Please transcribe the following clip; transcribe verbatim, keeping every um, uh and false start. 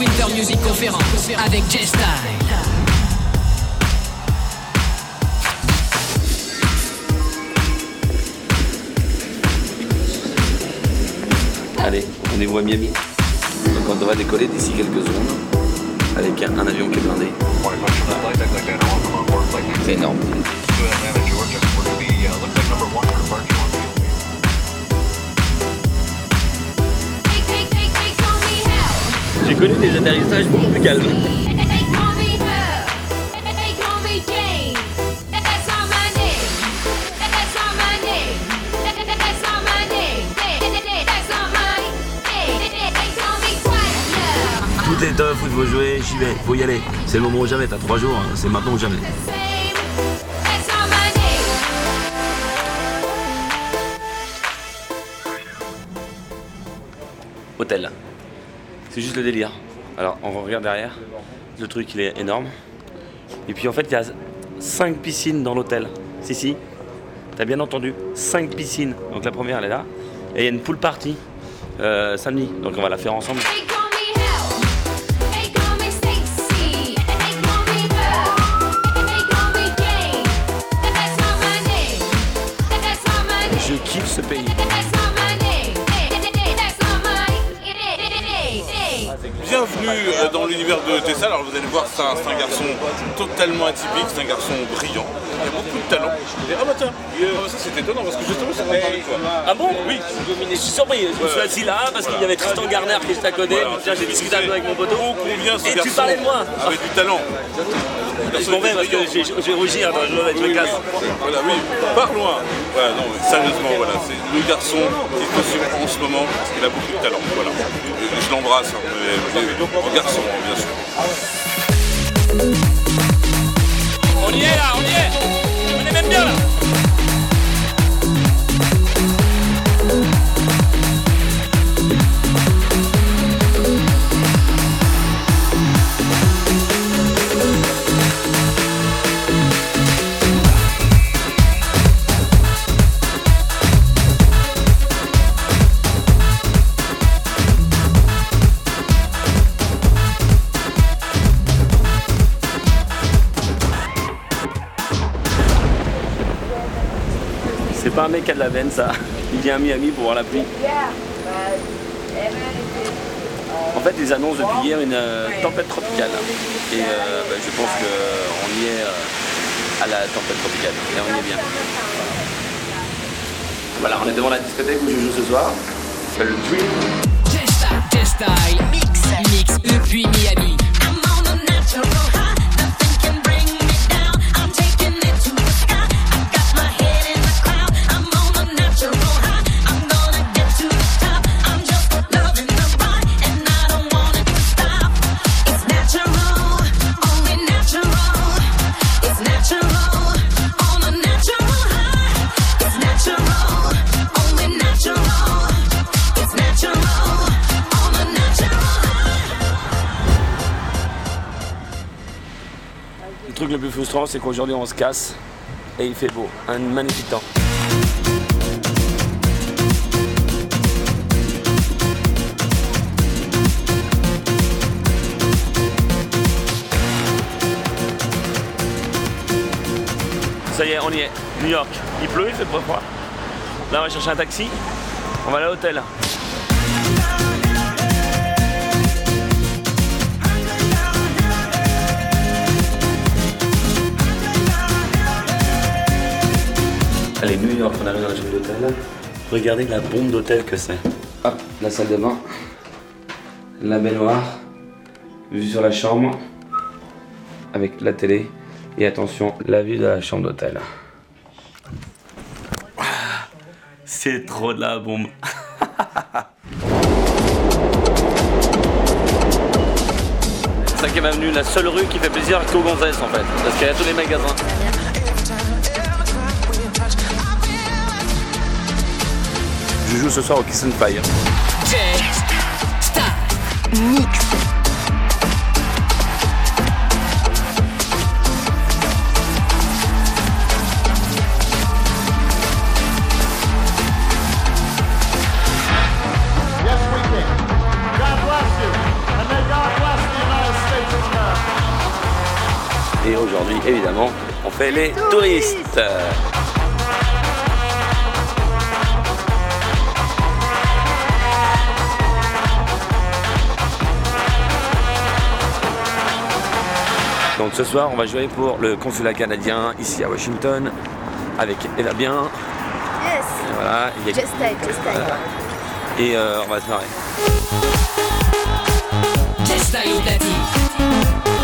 Winter Music Conference avec J-Style. Allez, rendez-vous à Miami. Donc on devrait décoller d'ici quelques secondes avec un, un avion qui est blindé. C'est énorme. J'ai connu des atterrissages beaucoup plus calmes. Tout est top, il faut jouer, j'y vais, faut y aller. C'est le moment ou jamais, t'as trois jours, hein. C'est maintenant ou jamais. Hôtel. C'est juste le délire. Alors on regarde derrière, le truc il est énorme. Et puis en fait il y a cinq piscines dans l'hôtel. Si si, t'as bien entendu, cinq piscines. Donc la première elle est là. Et il y a une pool party euh, samedi. Donc on va la faire ensemble. Je kiffe ce pays. Bienvenue dans l'univers de Tessa. Alors vous allez voir, c'est un, un garçon totalement atypique, c'est un garçon brillant. Il y a beaucoup de talent. Et, ah bah tiens, ah bah ça c'est étonnant parce que justement c'est parler de toi. Ah bon? Oui. Je suis surpris, je me suis assis là parce qu'il y avait Tristan Garner qui était à côté. Voilà, Tiens, j'ai discuté un peu avec mon poteau. Oh, combien ce Et garçon tu parlais de moi avec du talent. Je m'en vais parce que j'ai, j'ai rougi, hein, je, je Oui, me casse. oui. Voilà, oui, pars loin. Voilà, non, mais sérieusement, voilà, c'est le garçon qui peut suivre en ce moment parce qu'il a beaucoup de talent. Voilà. Je, je l'embrasse, hein, mais, mais, en garçon, bien sûr. On y est là, on y est. On est même bien là. C'est pas un mec qui a de la veine ça. Il vient à Miami pour voir la pluie. En fait, ils annoncent depuis hier une euh, tempête tropicale. Et euh, bah, je pense qu'on y est euh, à la tempête tropicale. Et on y est bien. Voilà, on est devant la discothèque où je joue ce soir. Ça s'appelle le Dream. J-Style, J-Style, mix, mix depuis Miami. Le truc le plus frustrant, c'est qu'aujourd'hui on se casse et il fait beau, un magnifique temps. Ça y est, on y est. New York. Il pleut, il fait pas froid. Là, on va chercher un taxi. On va aller à l'hôtel. Allez, New York, on arrive dans la chambre d'hôtel. Regardez la bombe d'hôtel que c'est. Hop, la salle de bain. La baignoire. Vue sur la chambre. Avec la télé. Et attention, la vue de la chambre d'hôtel. C'est trop de la bombe. Cinquième avenue, la seule rue qui fait plaisir qu'au Gonzès en fait. Parce qu'il y a tous les magasins. Je joue ce soir au Kiss and Fire. J-Style, mix. Yes, we can. God bless you. And may God bless Et aujourd'hui, évidemment, on fait les touristes. Donc ce soir, on va jouer pour le consulat canadien ici à Washington avec Eva Bien. Yes. Et voilà, il y a... Just stay, just stay. Voilà. Et euh, on va se marrer. Testa au platine.